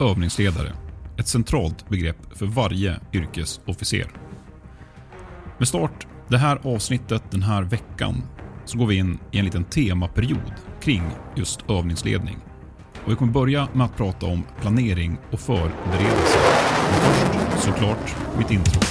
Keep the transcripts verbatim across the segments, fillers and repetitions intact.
övningsledare, ett centralt begrepp för varje yrkesofficer. Med start det här avsnittet den här veckan så går vi in i en liten temaperiod kring just övningsledning. Och vi kommer börja med att prata om planering och förberedelse. Men först såklart mitt intro.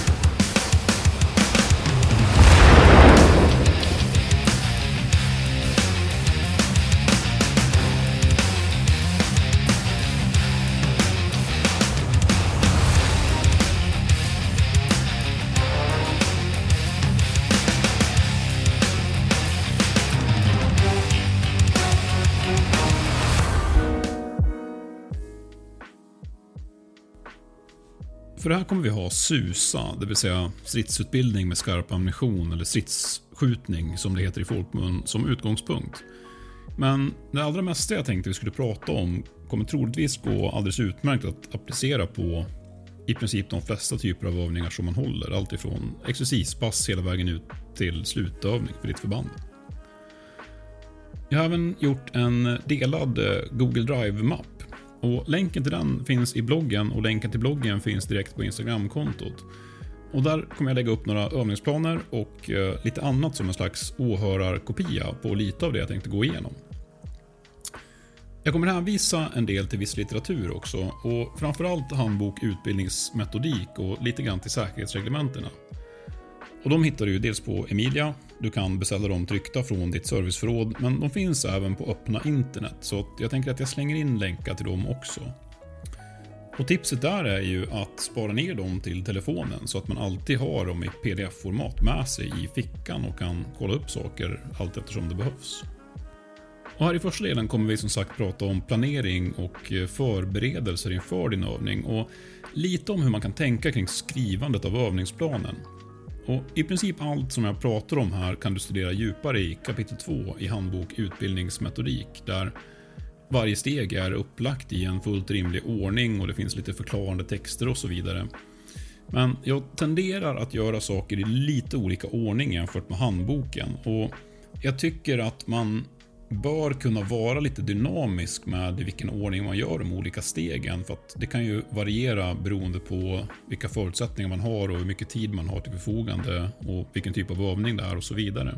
För det här kommer vi ha SUSA, det vill säga stridsutbildning med skarp ammunition eller stridsskjutning som det heter i folkmun, som utgångspunkt. Men det allra mesta jag tänkte vi skulle prata om kommer troligtvis gå alldeles utmärkt att applicera på i princip de flesta typer av övningar som man håller. Allt ifrån exercispass hela vägen ut till slutövning för ditt förband. Jag har även gjort en delad Google Drive-mapp. Och länken till den finns i bloggen och länken till bloggen finns direkt på Instagram-kontot. Och där kommer jag lägga upp några övningsplaner och eh, lite annat som en slags åhörarkopia på lite av det jag tänkte gå igenom. Jag kommer hänvisa en del till viss litteratur också och framförallt handbok utbildningsmetodik och lite grann till säkerhetsreglementerna. Och de hittar du dels på Emilia, du kan beställa dem tryckta från ditt serviceförråd, men de finns även på öppna internet så jag tänker att jag slänger in länkar till dem också. Och tipset där är ju att spara ner dem till telefonen så att man alltid har dem i pdf-format med sig i fickan och kan kolla upp saker allt eftersom det behövs. Och här i första delen kommer vi som sagt prata om planering och förberedelser inför din övning och lite om hur man kan tänka kring skrivandet av övningsplanen. Och i princip allt som jag pratar om här kan du studera djupare i kapitel två i handbok utbildningsmetodik där varje steg är upplagt i en fullt rimlig ordning och det finns lite förklarande texter och så vidare. Men jag tenderar att göra saker i lite olika ordning jämfört med handboken och jag tycker att man bör kunna vara lite dynamisk med i vilken ordning man gör de olika stegen för att det kan ju variera beroende på vilka förutsättningar man har och hur mycket tid man har till förfogande och vilken typ av övning det är och så vidare.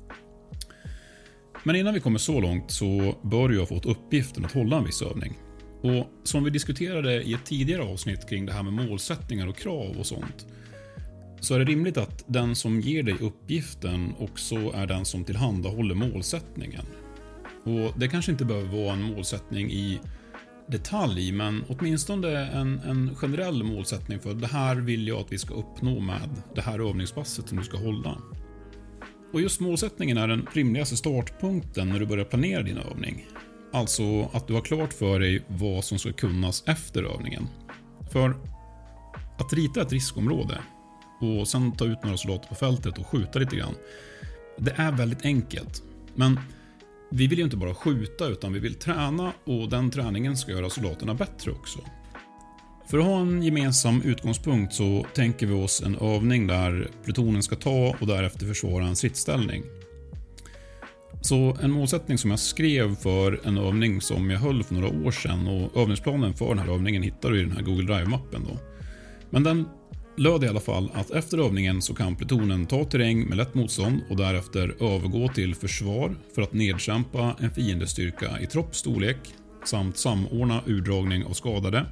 Men innan vi kommer så långt så bör du ha fått uppgiften att hålla en viss övning. Och som vi diskuterade i ett tidigare avsnitt kring det här med målsättningar och krav och sånt så är det rimligt att den som ger dig uppgiften också är den som tillhandahåller målsättningen. Och det kanske inte behöver vara en målsättning i detalj men åtminstone en, en generell målsättning för det här vill jag att vi ska uppnå med det här övningspasset som du ska hålla. Och just målsättningen är den rimligaste startpunkten när du börjar planera din övning. Alltså att du har klart för dig vad som ska kunnas efter övningen. För att rita ett riskområde och sen ta ut några soldater på fältet och skjuta lite grann, det är väldigt enkelt. Men vi vill ju inte bara skjuta utan vi vill träna och den träningen ska göra soldaterna bättre också. För att ha en gemensam utgångspunkt så tänker vi oss en övning där plutonen ska ta och därefter försvara en stridsställning. Så en målsättning som jag skrev för en övning som jag höll för några år sedan och övningsplanen för den här övningen hittar du i den här Google Drive-mappen då. Men den löd i alla fall att efter övningen så kan plutonen ta terräng med lätt motstånd och därefter övergå till försvar för att nedkämpa en fiendestyrka i troppstorlek samt samordna urdragning av skadade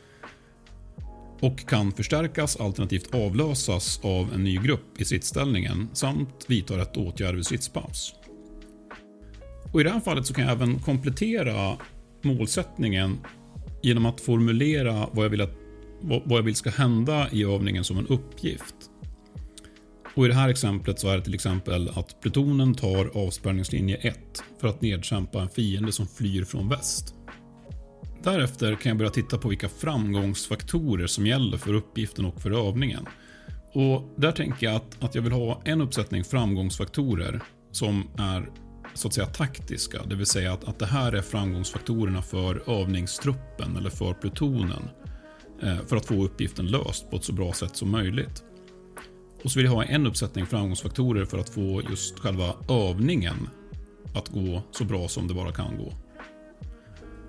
och kan förstärkas alternativt avlösas av en ny grupp i stridsställningen samt vidta rätt åtgärd vid stridspaus. Och i det här fallet så kan jag även komplettera målsättningen genom att formulera vad jag vill att vad jag vill ska hända i övningen som en uppgift. Och i det här exemplet så är det till exempel att plutonen tar avspärrningslinje ett för att nedkämpa en fiende som flyr från väst. Därefter kan jag börja titta på vilka framgångsfaktorer som gäller för uppgiften och för övningen. Och där tänker jag att, att jag vill ha en uppsättning framgångsfaktorer som är så att säga taktiska. Det vill säga att, att det här är framgångsfaktorerna för övningstruppen eller för plutonen. För att få uppgiften löst på ett så bra sätt som möjligt. Och så vill jag ha en uppsättning framgångsfaktorer för att få just själva övningen att gå så bra som det bara kan gå.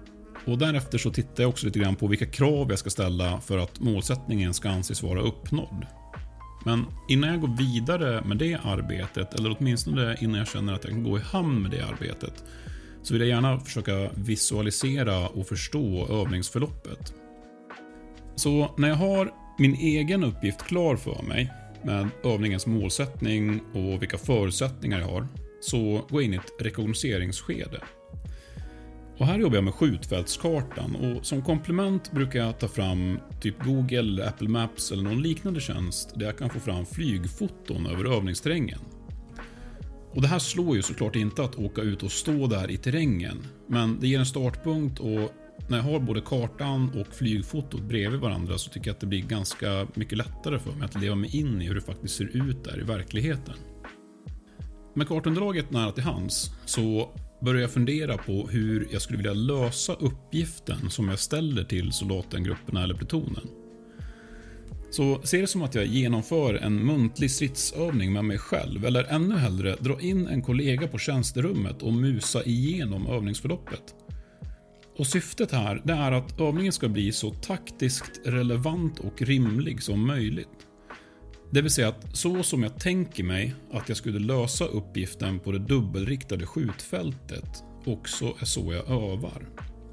Och därefter så tittar jag också lite grann på vilka krav jag ska ställa för att målsättningen ska anses vara uppnådd. Men innan jag går vidare med det arbetet, eller åtminstone innan jag känner att jag kan gå i hamn med det arbetet, så vill jag gärna försöka visualisera och förstå övningsförloppet. Så när jag har min egen uppgift klar för mig med övningens målsättning och vilka förutsättningar jag har, så går jag in i ett rekognoseringsskede. Och här jobbar jag med skjutfältskartan, och som komplement brukar jag ta fram typ Google, Apple Maps eller någon liknande tjänst där jag kan få fram flygfoton över övningsterrängen. Och det här slår ju såklart inte att åka ut och stå där i terrängen, men det ger en startpunkt, och när jag har både kartan och flygfotot bredvid varandra så tycker jag att det blir ganska mycket lättare för mig att leva mig in i hur det faktiskt ser ut där i verkligheten. Med kartunderlaget nära till hands så börjar jag fundera på hur jag skulle vilja lösa uppgiften som jag ställer till soldaten, grupperna eller plutonen. Så ser det som att jag genomför en muntlig stridsövning med mig själv, eller ännu hellre dra in en kollega på tjänsterummet och musa igenom övningsförloppet. Och syftet här det är att övningen ska bli så taktiskt relevant och rimlig som möjligt. Det vill säga att så som jag tänker mig att jag skulle lösa uppgiften på det dubbelriktade skjutfältet också är så jag övar.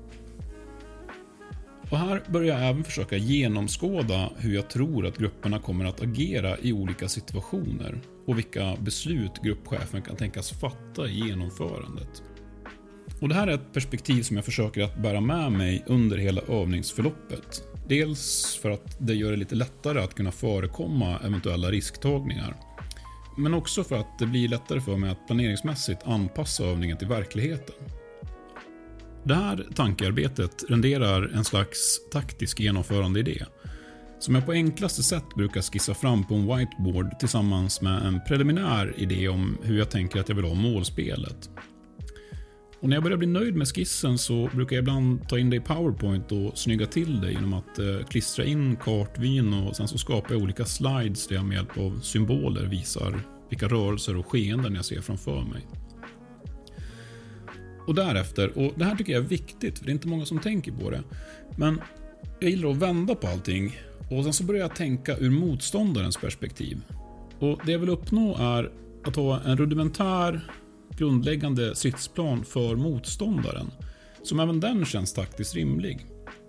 Och här börjar jag även försöka genomskåda hur jag tror att grupperna kommer att agera i olika situationer och vilka beslut gruppchefen kan tänkas fatta i genomförandet. Och det här är ett perspektiv som jag försöker att bära med mig under hela övningsförloppet. Dels för att det gör det lite lättare att kunna förekomma eventuella risktagningar. Men också för att det blir lättare för mig att planeringsmässigt anpassa övningen till verkligheten. Det här tankearbetet renderar en slags taktisk genomförande idé som jag på enklaste sätt brukar skissa fram på en whiteboard tillsammans med en preliminär idé om hur jag tänker att jag vill ha målspelet. Och när jag börjar bli nöjd med skissen så brukar jag ibland ta in det i PowerPoint och snygga till det genom att eh, klistra in kartvyn, och sen så skapar jag olika slides där jag med hjälp av symboler visar vilka rörelser och skeenden jag ser framför mig. Och därefter, och det här tycker jag är viktigt för det är inte många som tänker på det, men jag gillar att vända på allting och sen så börjar jag tänka ur motståndarens perspektiv. Och det jag vill uppnå är att ha en rudimentär grundläggande stridsplan för motståndaren som även den känns taktiskt rimlig.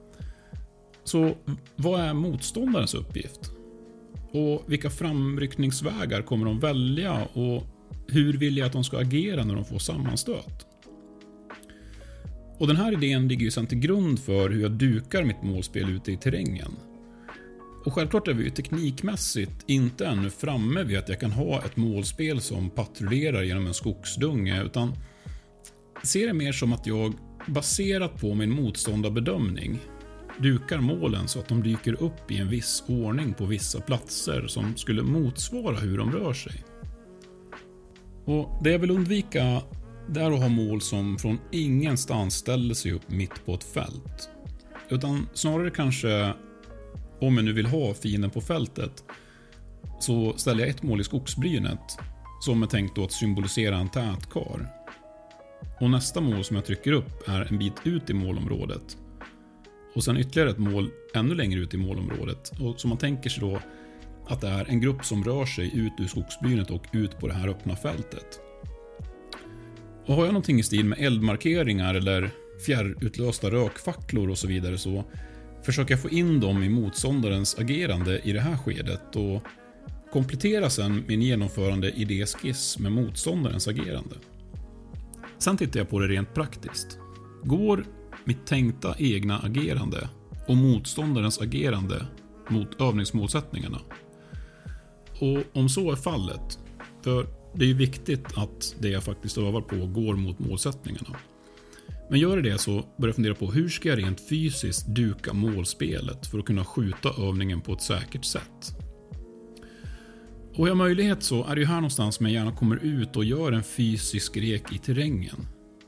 Så vad är motståndarens uppgift? Och vilka framryckningsvägar kommer de välja, och hur vill jag att de ska agera när de får sammanstöt? Och den här idén ligger ju sedan till grund för hur jag dukar mitt målspel ute i terrängen. Och självklart är vi ju teknikmässigt inte ännu framme vid att jag kan ha ett målspel som patrullerar genom en skogsdunge, utan ser det mer som att jag baserat på min motståndarbedömning dukar målen så att de dyker upp i en viss ordning på vissa platser som skulle motsvara hur de rör sig. Och det jag vill undvika det är att ha mål som från ingenstans ställer sig upp mitt på ett fält, utan snarare kanske, om jag nu vill ha fienden på fältet, så ställer jag ett mål i skogsbrynet som är tänkt att symbolisera en tätkar. Och nästa mål som jag trycker upp är en bit ut i målområdet. Och sen ytterligare ett mål ännu längre ut i målområdet. Och så man tänker sig då att det är en grupp som rör sig ut ur skogsbrynet och ut på det här öppna fältet. Och har jag någonting i stil med eldmarkeringar eller fjärrutlösta rökfacklor och så vidare, så försöker jag få in dem i motståndarens agerande i det här skedet och komplettera sen min genomförande idéskiss med motståndarens agerande. Sen tittar jag på det rent praktiskt. Går mitt tänkta egna agerande och motståndarens agerande mot övningsmålsättningarna? Och om så är fallet, för det är ju viktigt att det jag faktiskt övar på går mot målsättningarna. Men gör det så börjar jag fundera på hur ska jag rent fysiskt duka målspelet för att kunna skjuta övningen på ett säkert sätt. Och har jag möjlighet så är det ju här någonstans som jag gärna kommer ut och gör en fysisk rek i terrängen.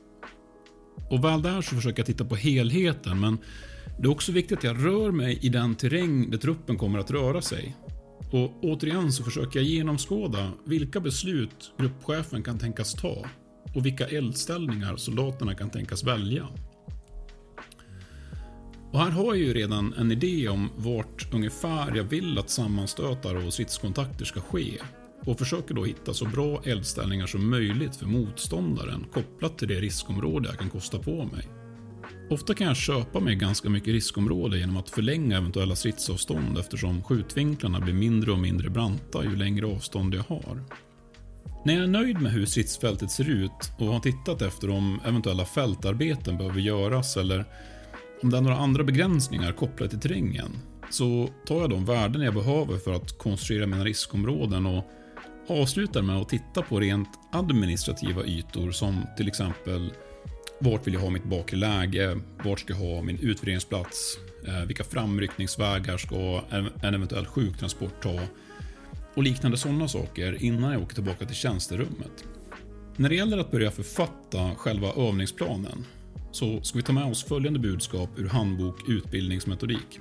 Och väl där så försöker jag titta på helheten, men det är också viktigt att jag rör mig i den terräng där truppen kommer att röra sig. Och återigen så försöker jag genomskåda vilka beslut gruppchefen kan tänkas ta och vilka eldställningar soldaterna kan tänkas välja. Och här har jag ju redan en idé om vart ungefär jag vill att sammanstötar och stridskontakter ska ske. Och försöker då hitta så bra eldställningar som möjligt för motståndaren kopplat till det riskområde jag kan kosta på mig. Ofta kan jag köpa mig ganska mycket riskområde genom att förlänga eventuella stridsavstånd eftersom skjutvinklarna blir mindre och mindre branta ju längre avstånd jag har. När jag är nöjd med hur stridsfältet ser ut och har tittat efter om eventuella fältarbeten behöver göras eller om det är några andra begränsningar kopplat till terrängen, så tar jag de värden jag behöver för att konstruera mina riskområden och avslutar med att titta på rent administrativa ytor som till exempel vart vill jag ha mitt bakre läge, vart ska jag ha min utvärderingsplats, vilka framryckningsvägar ska en eventuell sjuktransport ta och liknande sådana saker innan jag åker tillbaka till tjänsterummet. När det gäller att börja författa själva övningsplanen så ska vi ta med oss följande budskap ur handbok utbildningsmetodik.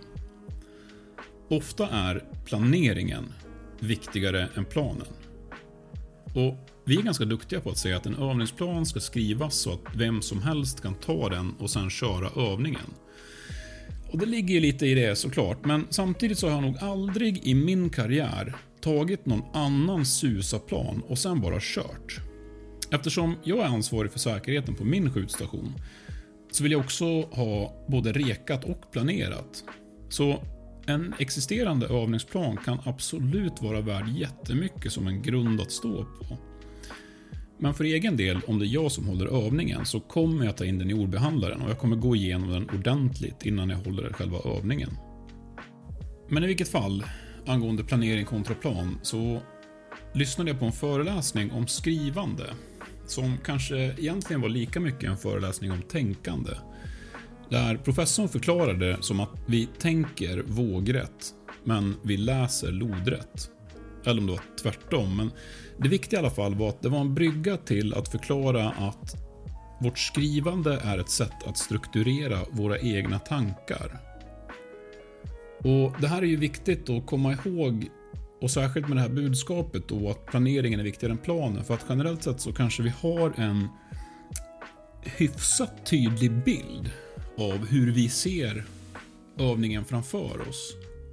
Ofta är planeringen viktigare än planen. Och vi är ganska duktiga på att säga att en övningsplan ska skrivas så att vem som helst kan ta den och sen köra övningen. Och det ligger ju lite i det såklart, men samtidigt så har jag nog aldrig i min karriär tagit någon annan susaplan och sen bara kört. Eftersom jag är ansvarig för säkerheten på min skjutstation så vill jag också ha både rekat och planerat. Så en existerande övningsplan kan absolut vara värd jättemycket som en grund att stå på. Men för egen del, om det är jag som håller övningen, så kommer jag ta in den i ordbehandlaren och jag kommer gå igenom den ordentligt innan jag håller själva övningen. Men i vilket fall, angående planering kontra plan, så lyssnade jag på en föreläsning om skrivande som kanske egentligen var lika mycket en föreläsning om tänkande. Där professorn förklarade som att vi tänker vågrätt, men vi läser lodrätt. Eller om det var tvärtom, men det viktiga i alla fall var att det var en brygga till att förklara att vårt skrivande är ett sätt att strukturera våra egna tankar. Och det här är ju viktigt att komma ihåg, och särskilt med det här budskapet då, att planeringen är viktigare än planen, för att generellt sett så kanske vi har en hyfsat tydlig bild av hur vi ser övningen framför oss.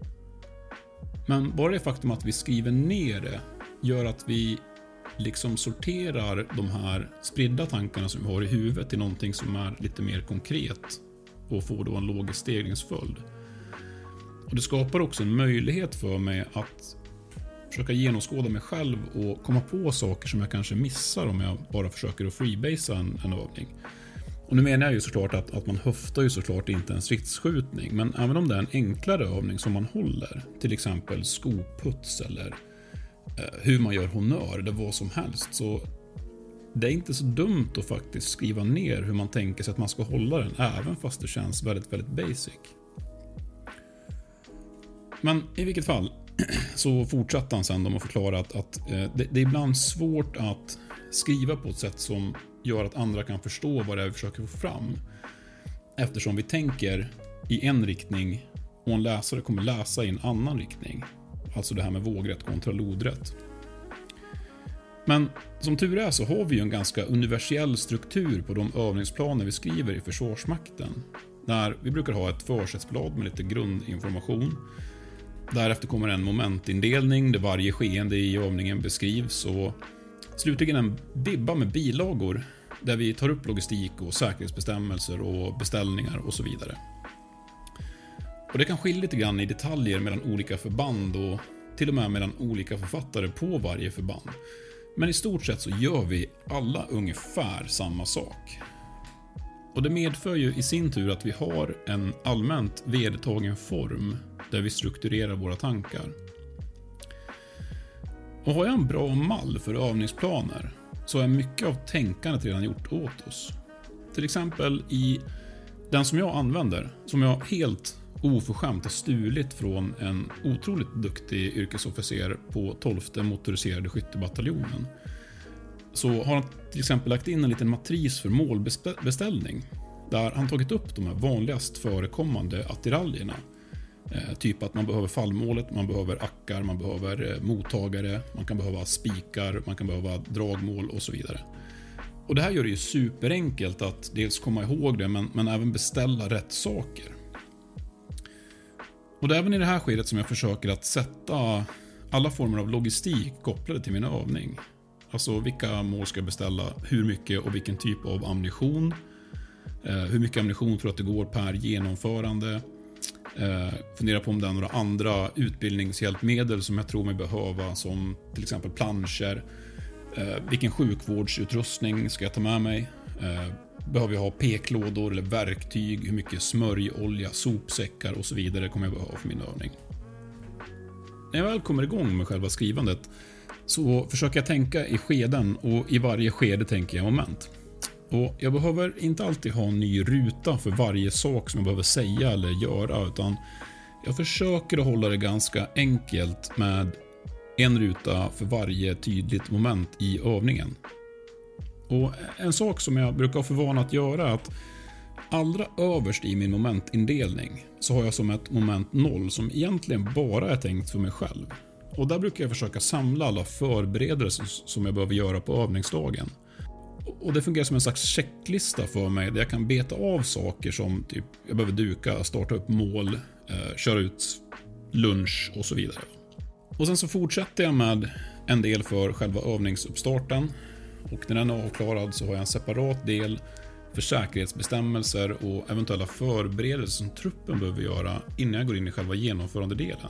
Men bara det faktum att vi skriver ner det gör att vi liksom sorterar de här spridda tankarna som vi har i huvudet till någonting som är lite mer konkret och får då en logisk stegringsföljd. Och det skapar också en möjlighet för mig att försöka genomskåda mig själv och komma på saker som jag kanske missar om jag bara försöker att freebasea en, en övning. Och nu menar jag ju såklart att, att man höftar ju såklart inte en stridsskjutning, men även om det är en enklare övning som man håller, till exempel skoputs eller eh, hur man gör honör eller vad som helst, så det är inte så dumt att faktiskt skriva ner hur man tänker sig att man ska hålla den, även fast det känns väldigt, väldigt basic. Men i vilket fall så fortsatte han sen om att förklara att, att eh, det, det är ibland svårt att skriva på ett sätt som gör att andra kan förstå vad det är vi försöker få fram. Eftersom vi tänker i en riktning och en läsare kommer läsa i en annan riktning. Alltså det här med vågrätt kontra lodrätt. Men som tur är så har vi ju en ganska universell struktur på de övningsplaner vi skriver i Försvarsmakten. Där vi brukar ha ett försättsblad med lite grundinformation. Därefter kommer en momentindelning där varje skeende i övningen beskrivs och slutligen en bibba med bilagor där vi tar upp logistik och säkerhetsbestämmelser och beställningar och så vidare. Och det kan skilja lite grann i detaljer mellan olika förband och till och med mellan olika författare på varje förband. Men i stort sett så gör vi alla ungefär samma sak. Och det medför ju i sin tur att vi har en allmänt vedertagen form där vi strukturerar våra tankar. Och har jag en bra mall för övningsplaner så är mycket av tänkandet redan gjort åt oss. Till exempel i den som jag använder, som jag helt oförskämt har stulit från en otroligt duktig yrkesofficer på tolfte motoriserade skyttebataljonen, så har han till exempel lagt in en liten matris för målbeställning där han tagit upp de här vanligast förekommande attiraljerna. Eh, typ att man behöver fallmålet, man behöver ackar, man behöver eh, mottagare, man kan behöva spikar, man kan behöva dragmål och så vidare. Och det här gör det ju superenkelt att dels komma ihåg det men, men även beställa rätt saker. Och det är även i det här skedet som jag försöker att sätta alla former av logistik kopplade till min övning. Alltså vilka mål ska jag beställa, hur mycket och vilken typ av ammunition. Eh, hur mycket ammunition tror jag att det går per genomförande. Eh, fundera på om det är några andra utbildningshjälpmedel som jag tror mig behöva, som till exempel planscher. Eh, vilken sjukvårdsutrustning ska jag ta med mig? Eh, behöver jag ha peklådor eller verktyg? Hur mycket smörjolja, sopsäckar och så vidare kommer jag behöva för min övning? När jag väl kommer igång med själva skrivandet så försöker jag tänka i skeden, och i varje skede tänker jag moment. Och jag behöver inte alltid ha en ny ruta för varje sak som jag behöver säga eller göra, utan jag försöker att hålla det ganska enkelt med en ruta för varje tydligt moment i övningen. Och en sak som jag brukar få vana att göra är att allra överst i min momentindelning så har jag som ett moment noll som egentligen bara är tänkt för mig själv. Och där brukar jag försöka samla alla förberedelser som jag behöver göra på övningsdagen. Och det fungerar som en slags checklista för mig där jag kan beta av saker som typ jag behöver duka, starta upp mål, eh, köra ut lunch och så vidare. Och sen så fortsätter jag med en del för själva övningsuppstarten. Och när den är avklarad så har jag en separat del för säkerhetsbestämmelser och eventuella förberedelser som truppen behöver göra innan jag går in i själva genomförandedelen.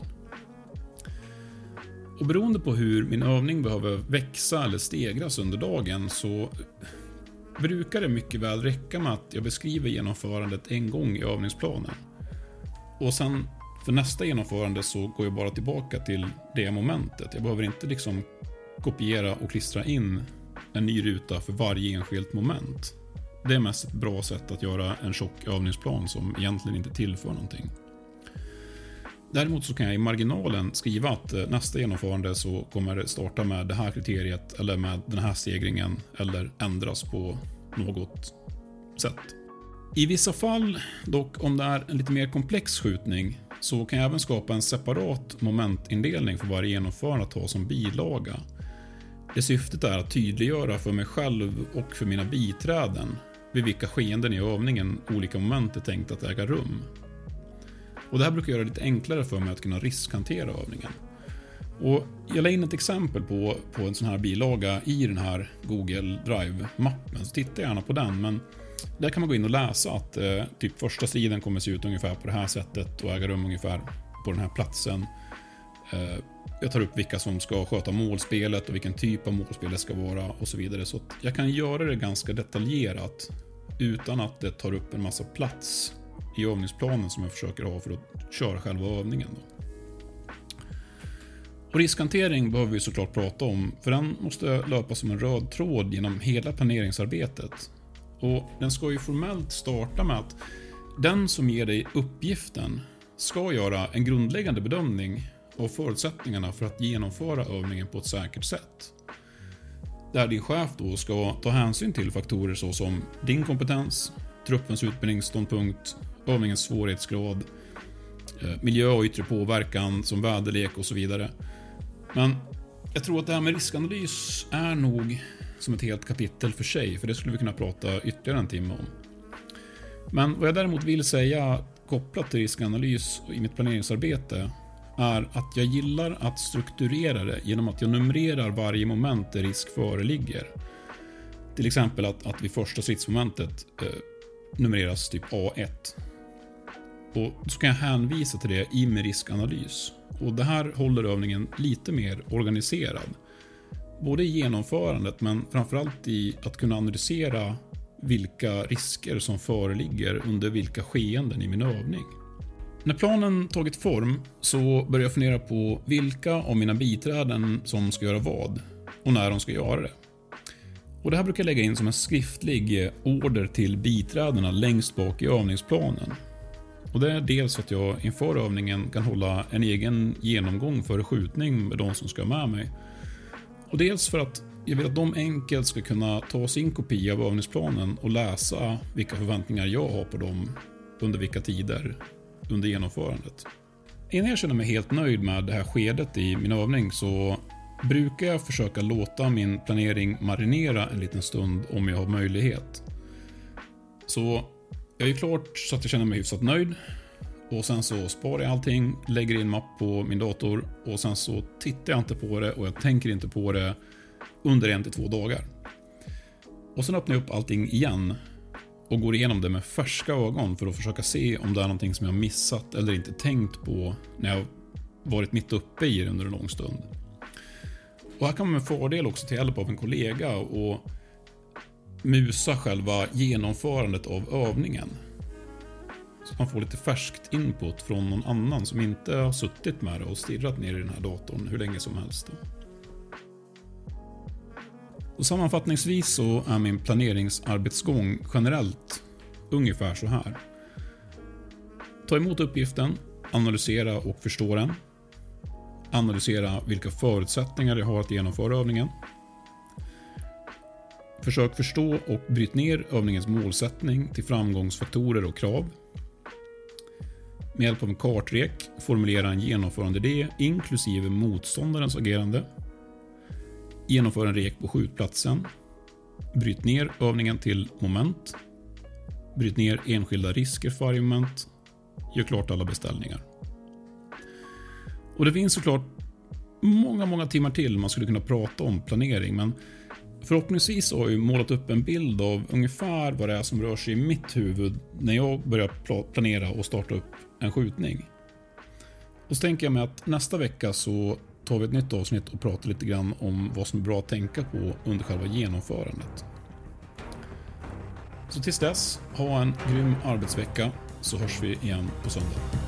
Och beroende på hur min övning behöver växa eller stegras under dagen så brukar det mycket väl räcka med att jag beskriver genomförandet en gång i övningsplanen. Och sen för nästa genomförande så går jag bara tillbaka till det momentet. Jag behöver inte liksom kopiera och klistra in en ny ruta för varje enskilt moment. Det är mest ett bra sätt att göra en tjock övningsplan som egentligen inte tillför någonting. Däremot så kan jag i marginalen skriva att nästa genomförande så kommer det starta med det här kriteriet eller med den här stegringen eller ändras på något sätt. I vissa fall, dock om det är en lite mer komplex skjutning, så kan jag även skapa en separat momentindelning för varje genomförande att ha som bilaga. Det syftet är att tydliggöra för mig själv och för mina biträden vid vilka skeenden i övningen olika moment är tänkt att äga rum. Och det här brukar göra det lite enklare för mig att kunna riskhantera övningen. Och jag la in ett exempel på, på en sån här bilaga i den här Google Drive-mappen, så titta gärna på den. Men där kan man gå in och läsa att eh, typ första striden kommer se ut ungefär på det här sättet och äga rum ungefär på den här platsen. Eh, jag tar upp vilka som ska sköta målspelet och vilken typ av målspel det ska vara och så vidare. Så att jag kan göra det ganska detaljerat utan att det tar upp en massa plats i övningsplanen som jag försöker ha för att köra själva övningen då. Och riskhantering behöver vi såklart prata om, för den måste löpa som en röd tråd genom hela planeringsarbetet. Och den ska ju formellt starta med att den som ger dig uppgiften ska göra en grundläggande bedömning av förutsättningarna för att genomföra övningen på ett säkert sätt. Där din chef då ska ta hänsyn till faktorer såsom din kompetens, truppens utbildningsståndpunkt, övningens svårighetsgrad, miljö och yttre påverkan som väderlek och så vidare. Men jag tror att det här med riskanalys är nog som ett helt kapitel för sig, för det skulle vi kunna prata ytterligare en timme om. Men vad jag däremot vill säga kopplat till riskanalys i mitt planeringsarbete är att jag gillar att strukturera det genom att jag numrerar varje moment där risk föreligger. Till exempel att, att vid första stridsmomentet eh, numreras typ A ett. Och så kan jag hänvisa till det i min riskanalys. Och det här håller övningen lite mer organiserad. Både i genomförandet men framförallt i att kunna analysera vilka risker som föreligger under vilka skeenden i min övning. När planen tagit form så börjar jag fundera på vilka av mina biträden som ska göra vad och när de ska göra det. Och det här brukar jag lägga in som en skriftlig order till biträdena längst bak i övningsplanen. Och det är dels att jag inför övningen kan hålla en egen genomgång före skjutning med de som ska med mig. Och dels för att jag vill att de enkelt ska kunna ta sin kopia av övningsplanen och läsa vilka förväntningar jag har på dem under vilka tider under genomförandet. Innan jag känner mig helt nöjd med det här skedet i min övning så brukar jag försöka låta min planering marinera en liten stund om jag har möjlighet. Så jag är klart så att jag känner mig hyfsat nöjd. Och sen så sparar jag allting, lägger in mapp på min dator och sen så tittar jag inte på det och jag tänker inte på det under en till två dagar. Och sen öppnar jag upp allting igen och går igenom det med färska ögon för att försöka se om det är någonting som jag missat eller inte tänkt på när jag varit mitt uppe i det under en lång stund. Och här kan man med fördel också ta hjälp av en kollega och musa själva genomförandet av övningen. Så man får lite färskt input från någon annan som inte har suttit med det och stirrat ner i den här datorn hur länge som helst. Och sammanfattningsvis så är min planeringsarbetsgång generellt ungefär så här. Ta emot uppgiften, analysera och förstå den. Analysera vilka förutsättningar jag har att genomföra övningen. Försök förstå och bryt ner övningens målsättning till framgångsfaktorer och krav. Med hjälp av en kartrek formulera en genomförande idé inklusive motståndarens agerande. Genomför en rek på skjutplatsen. Bryt ner övningen till moment. Bryt ner enskilda risker för varje moment. Gör klart alla beställningar. Och det finns såklart många, många timmar till man skulle kunna prata om planering, men förhoppningsvis har jag målat upp en bild av ungefär vad det är som rör sig i mitt huvud när jag börjar planera och starta upp en skjutning. Och så tänker jag mig att nästa vecka så tar vi ett nytt avsnitt och pratar lite grann om vad som är bra att tänka på under själva genomförandet. Så tills dess, ha en grym arbetsvecka så hörs vi igen på söndag.